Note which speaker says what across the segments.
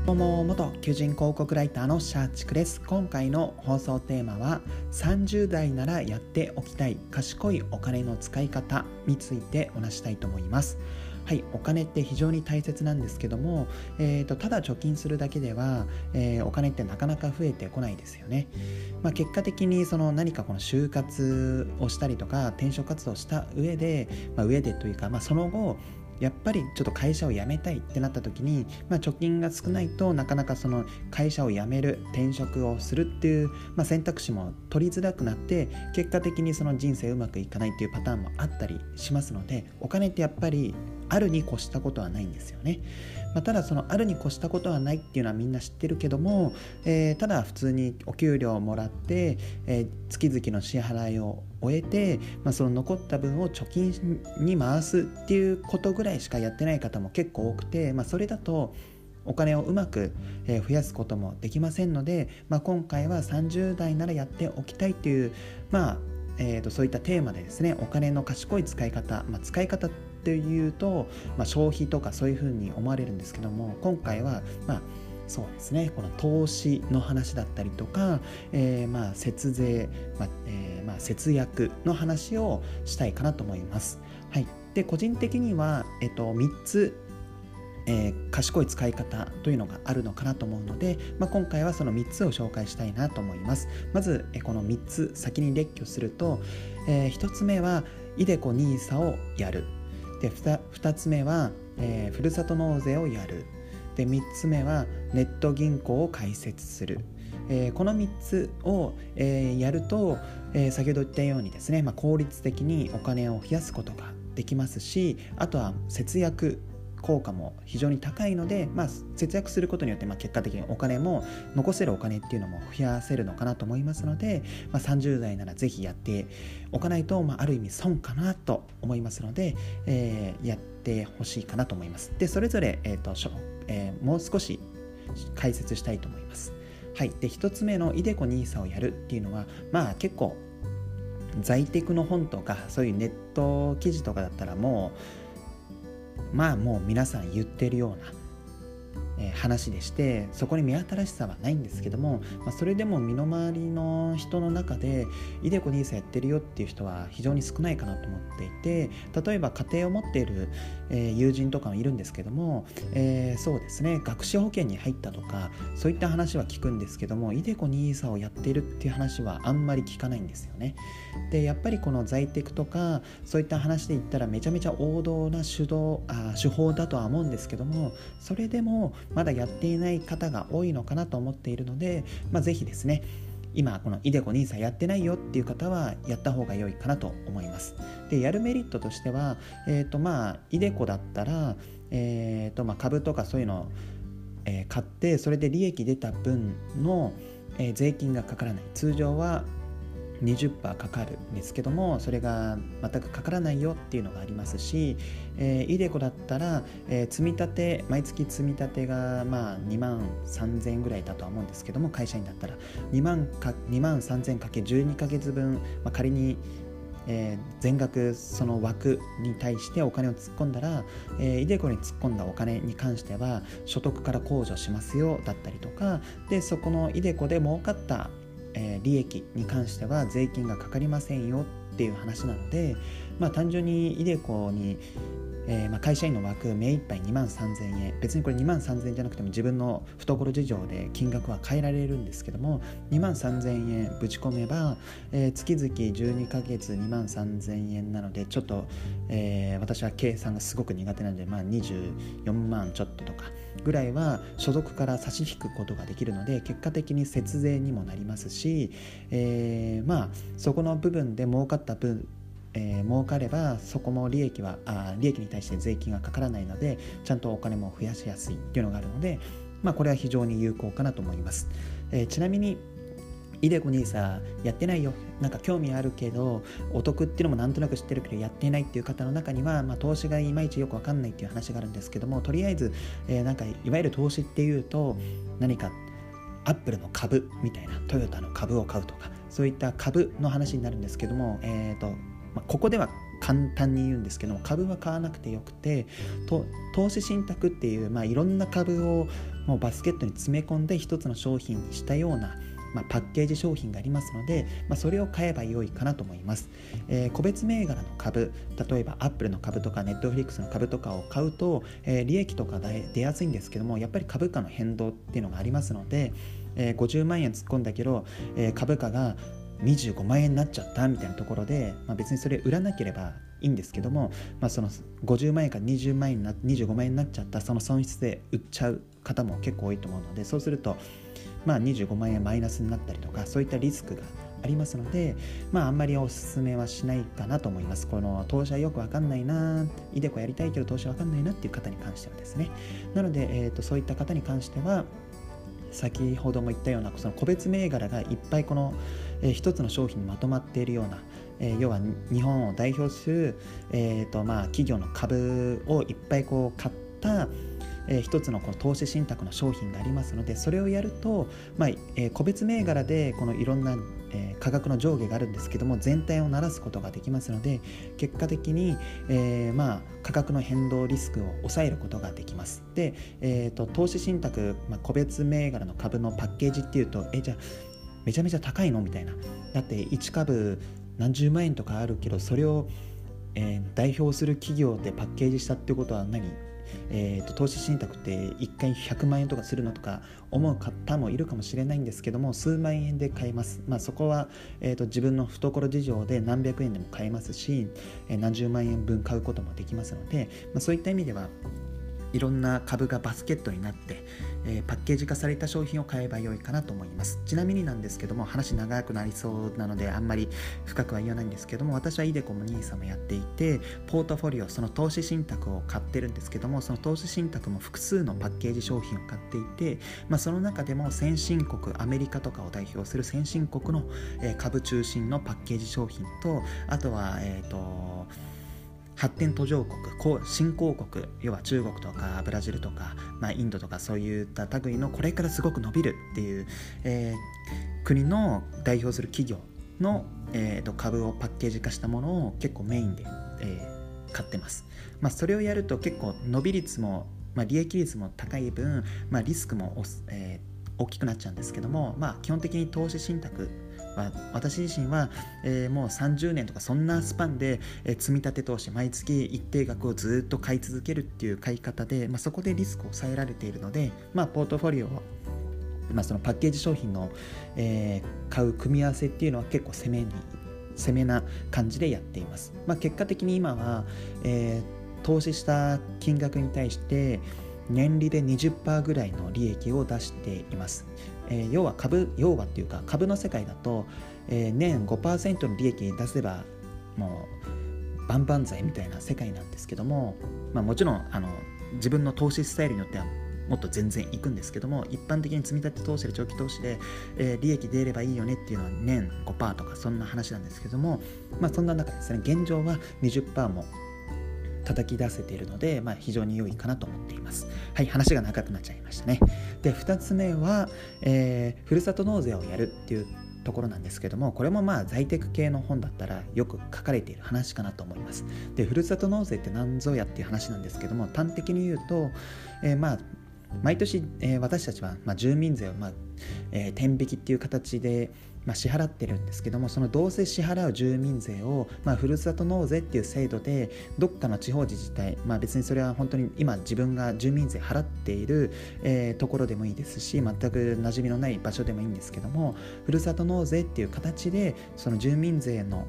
Speaker 1: どうも、元求人広告ライターのシャーチクです。今回の放送テーマは30代ならやっておきたい賢いお金の使い方についてお話したいと思います。はい、お金って非常に大切なんですけども、ただ貯金するだけでは、お金ってなかなか増えてこないですよね。結果的に何かこの就活をしたりとか転職活動をした上で、というか、その後やっぱりちょっと会社を辞めたいってなった時に、貯金が少ないとなかなかその会社を辞める、転職をするっていう、選択肢も取りづらくなって、結果的にその人生うまくいかないっていうパターンもあったりしますので、お金ってやっぱりあるに越したことはないんですよね。ただそのあるに越したことはないっていうのはみんな知ってるけども、ただ普通にお給料をもらって、月々の支払いを終えて、その残った分を貯金に回すっていうことぐらいしかやってない方も結構多くて、それだとお金をうまく増やすこともできませんので、今回は30代ならやっておきたいという、そういったテーマでですね、お金の賢い使い方、使い方っていうと、消費とかそういうふうに思われるんですけども、今回はそうですね、この投資の話だったりとか、節税、節約の話をしたいかなと思います。はい、で個人的には、3つ賢い使い方というのがあるのかなと思うので、今回はその3つを紹介したいなと思います。まずこの3つ先に列挙すると、1つ目はiDeCo NISA をやる。で 2つ目は、ふるさと納税をやる。で3つ目はネット銀行を開設する。この3つを、やると、先ほど言ったようにですね、効率的にお金を増やすことができますし、あとは節約効果も非常に高いので、節約することによって、結果的にお金も残せるお金っていうのも増やせるのかなと思いますので、30代ならぜひやっておかないと、ある意味損かなと思いますので、やってほしいかなと思います。でそれぞれ、もう少し解説したいと思います。はい、で1つ目のiDeCo NISAをやるっていうのは、結構在テクの本とかそういうネット記事とかだったらもう皆さん言ってるような話でして、そこに目新しさはないんですけども、それでも身の回りの人の中でiDeCo NISAやってるよっていう人は非常に少ないかなと思っていて、例えば家庭を持っている、友人とかもいるんですけども、そうですね、学資保険に入ったとかそういった話は聞くんですけども、iDeCo NISAをやっているっていう話はあんまり聞かないんですよね。でやっぱりこの在テクとかそういった話で言ったらめちゃめちゃ王道な手法だとは思うんですけども、それでもまだやっていない方が多いのかなと思っているので、ぜひですね、今このiDeCo NISAやってないよっていう方はやった方が良いかなと思います。でやるメリットとしては、iDeCoだったら、株とかそういうのを、買ってそれで利益出た分の、税金がかからない。通常は20% かかるんですけども、それが全くかからないよっていうのがありますし、iDeCoだったら、毎月積み立てが2万3000円ぐらいだとは思うんですけども、会社員だったら2万3000かけ12ヶ月分、仮に全額その枠に対してお金を突っ込んだら、iDeCoに突っ込んだお金に関しては所得から控除しますよだったりとかで、そこのiDeCoで儲かった利益に関しては税金がかかりませんよっていう話なので、単純にiDeCoに、会社員の枠目いっぱい2万3000円、別にこれ2万3000円じゃなくても自分の懐事情で金額は変えられるんですけども、2万3000円ぶち込めば、月々12ヶ月2万3000円なので、ちょっと、私は計算がすごく苦手なので、24万ちょっととかぐらいは所得から差し引くことができるので、結果的に節税にもなりますし、そこの部分で儲かった分、儲かればそこも利益に対して税金がかからないので、ちゃんとお金も増やしやすいっていうのがあるので、これは非常に有効かなと思います。ちなみにiDeCo NISAやってないよ、なんか興味あるけどお得っていうのもなんとなく知ってるけどやってないっていう方の中には、投資がいまいちよく分かんないっていう話があるんですけども、とりあえず、いわゆる投資っていうと何かアップルの株みたいな、トヨタの株を買うとかそういった株の話になるんですけども、ここでは簡単に言うんですけども、株は買わなくてよくて、投資信託っていう、いろんな株をもうバスケットに詰め込んで一つの商品にしたような、パッケージ商品がありますので、それを買えば良いかなと思います。個別銘柄の株、例えばアップルの株とかネットフリックスの株とかを買うと、利益とか出やすいんですけども、やっぱり株価の変動っていうのがありますので、50万円突っ込んだけど、株価が25万円になっちゃったみたいなところで、別にそれ売らなければいいんですけども、その50万円から20万円25万円になっちゃったその損失で売っちゃう方も結構多いと思うので、そうすると25万円マイナスになったりとか、そういったリスクがありますので、あんまりおすすめはしないかなと思います。この投資はよくわかんないな、イデコやりたいけど投資はわかんないなっていう方に関してはですね。なので、そういった方に関しては、先ほども言ったようなその個別銘柄がいっぱいこの、一つの商品にまとまっているような、要は日本を代表する、企業の株をいっぱいこう買った、一つのこの投資信託の商品がありますので、それをやると、個別銘柄でこのいろんな、価格の上下があるんですけども、全体をならすことができますので、結果的に、価格の変動リスクを抑えることができます。で、投資信託、個別銘柄の株のパッケージっていうと、じゃあめちゃめちゃ高いのみたいな。だって1株何十万円とかあるけど、それを、代表する企業でパッケージしたってことは何？投資信託って1回100万円とかするのとか思う方もいるかもしれないんですけども、数万円で買えます。そこは、自分の懐事情で何百円でも買えますし、何十万円分買うこともできますので、そういった意味ではいろんな株がバスケットになって、パッケージ化された商品を買えば良いかなと思います。ちなみになんですけども、話長くなりそうなのであんまり深くは言わないんですけども、私はイデコもNISAもやっていて、ポートフォリオ、その投資信託を買ってるんですけども、その投資信託も複数のパッケージ商品を買っていて、その中でも先進国アメリカとかを代表する先進国の、株中心のパッケージ商品と、あとは発展途上国、新興国、要は中国とかブラジルとか、インドとかそういった類のこれからすごく伸びるっていう、国の代表する企業の、株をパッケージ化したものを結構メインで、買ってます。それをやると結構伸び率も、利益率も高い分、リスクも、大きくなっちゃうんですけども、基本的に投資信託、私自身は、もう30年とかそんなスパンで、積み立て投資、毎月一定額をずっと買い続けるっていう買い方で、そこでリスクを抑えられているので、ポートフォリオを、そのパッケージ商品の、買う組み合わせっていうのは結構攻めな感じでやっています。結果的に今は、投資した金額に対して年利で 20% ぐらいの利益を出しています。要はっていうか株の世界だと、年 5% の利益出せばもう万々歳みたいな世界なんですけども、もちろん自分の投資スタイルによってはもっと全然いくんですけども、一般的に積み立て投資で長期投資で、利益出ればいいよねっていうのは年 5% とかそんな話なんですけども、そんな中ですね、現状は 20% も叩き出せているので、非常に良いかなと思っています。はい、話が長くなっちゃいましたね。で、2つ目は、ふるさと納税をやるっていうところなんですけども、これも在テク系の本だったらよく書かれている話かなと思います。で、ふるさと納税って何ぞやっていう話なんですけども、端的に言うと、毎年、私たちは、住民税を、天引きっていう形で、支払ってるんですけども、そのどうせ支払う住民税を、ふるさと納税っていう制度でどっかの地方自治体、別にそれは本当に今自分が住民税払っている、ところでもいいですし、全く馴染みのない場所でもいいんですけども、ふるさと納税っていう形でその住民税の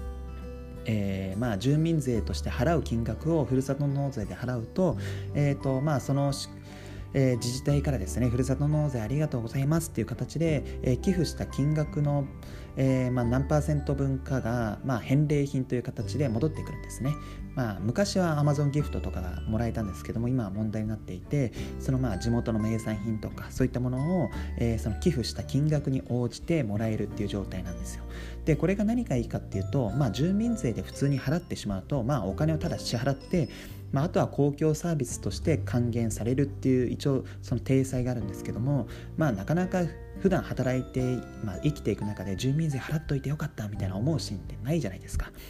Speaker 1: 住民税として払う金額をふるさと納税で払うと、その自治体からですね、ふるさと納税ありがとうございますっていう形で、寄付した金額の、何%分かが、返礼品という形で戻ってくるんですね。昔は Amazon ギフトとかがもらえたんですけども、今は問題になっていて、その地元の名産品とかそういったものを、その寄付した金額に応じてもらえるっていう状態なんですよ。で、これが何がいいかっていうと、住民税で普通に払ってしまうと、お金をただ支払ってあとは公共サービスとして還元されるっていう一応その体裁があるんですけども、なかなか普段働いて、生きていく中で住民税払っといてよかったみたいな思うシーンってないじゃないですか。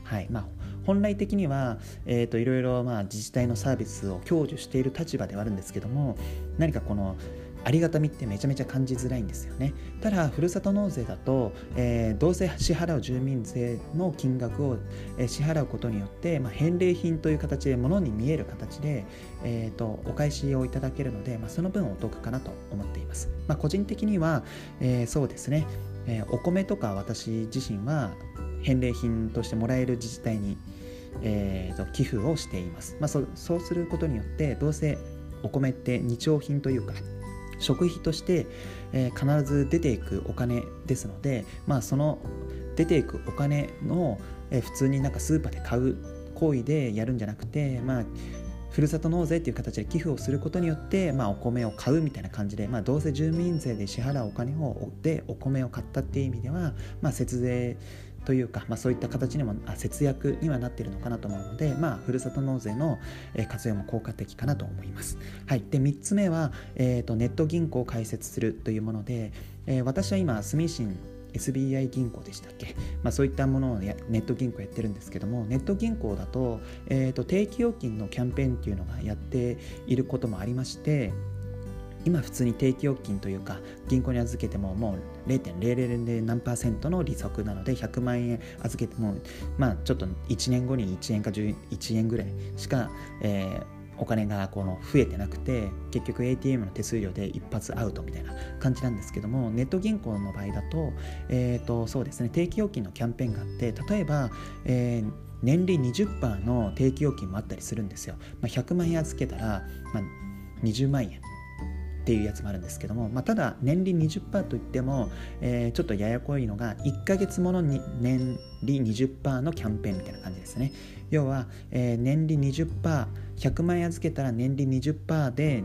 Speaker 1: はい。本来的には、いろいろ自治体のサービスを享受している立場ではあるんですけども、何かこのありがたみってめちゃめちゃ感じづらいんですよね。ただふるさと納税だと、どうせ支払う住民税の金額を、支払うことによって、返礼品という形で物に見える形で、お返しをいただけるので、その分お得かなと思っています。個人的には、そうですね、お米とか私自身は返礼品としてもらえる自治体に、寄付をしています。そうすることによってどうせお米って日用品というか食費として、必ず出ていくお金ですので、その出ていくお金の、普通にスーパーで買う行為でやるんじゃなくて、ふるさと納税という形で寄付をすることによって、お米を買うみたいな感じで、どうせ住民税で支払うお金でお米を買ったっていう意味では、節税というか、そういった形にも節約にはなっているのかなと思うので、ふるさと納税の活用も効果的かなと思います。はい。で3つ目は、ネット銀行を開設するというもので、私は今住信SBI 銀行でしたっけ、そういったものをネット銀行やってるんですけども、ネット銀行だと、定期預金のキャンペーンっていうのがやっていることもありまして、今普通に定期預金というか銀行に預けてももう 0.000 何%の利息なので、100万円預けてもちょっと1年後に1円か11円ぐらいしか、お金が増えてなくて、結局 ATM の手数料で一発アウトみたいな感じなんですけども、ネット銀行の場合だと、そうですね、定期預金のキャンペーンがあって、例えば、年利 20% の定期預金もあったりするんですよ。100万円預けたら、20万円っていうやつもあるんですけども、ただ年利 20% といっても、ちょっとややこいのが1ヶ月ものに年利 20% のキャンペーンみたいな感じですね。要は、年利 20%100 万円預けたら年利 20% で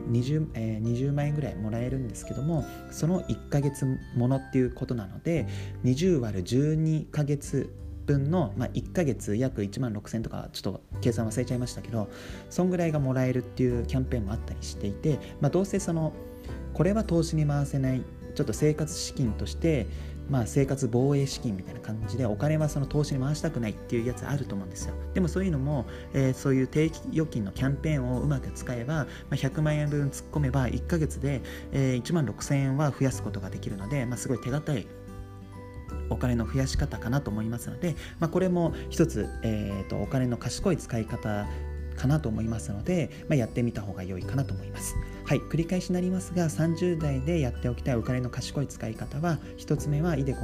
Speaker 1: 20万円ぐらいもらえるんですけども、その1ヶ月ものっていうことなので、20割る12ヶ月分の、1ヶ月約1万6000とかちょっと計算忘れちゃいましたけど、そんぐらいがもらえるっていうキャンペーンもあったりしていて、どうせこれは投資に回せない、ちょっと生活資金として、生活防衛資金みたいな感じでお金はその投資に回したくないっていうやつあると思うんですよ。でもそういうのも、そういう定期預金のキャンペーンをうまく使えば、100万円分突っ込めば1ヶ月で、1万6000円は増やすことができるので、すごい手堅いお金の増やし方かなと思いますので、これも一つ、お金の賢い使い方かなと思いますので、やってみた方が良いかなと思います。はい、繰り返しになりますが、30代でやっておきたいお金の賢い使い方は、1つ目はイデコ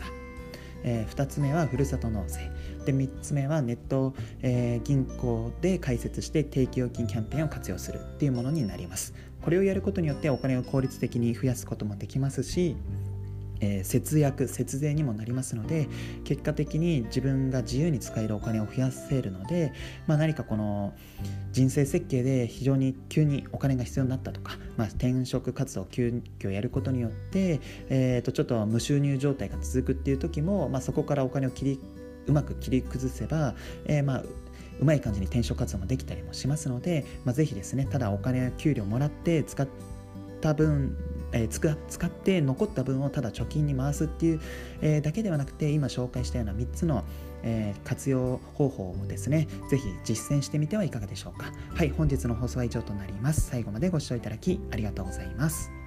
Speaker 1: NISA、2つ目はふるさと納税で、3つ目はネット、銀行で開設して定期預金キャンペーンを活用するっていうものになります。これをやることによってお金を効率的に増やすこともできますし、節税にもなりますので、結果的に自分が自由に使えるお金を増やせるので、何かこの人生設計で非常に急にお金が必要になったとか、転職活動を急遽やることによって、ちょっと無収入状態が続くっていう時も、そこからお金をうまく切り崩せば、うまい感じに転職活動もできたりもしますので、ぜひですね、ただお金給料もらって使った分使って残った分をただ貯金に回すっていう、だけではなくて、今紹介したような3つの、活用方法をですね、ぜひ実践してみてはいかがでしょうか。はい、本日の放送は以上となります。最後までご視聴いただきありがとうございます。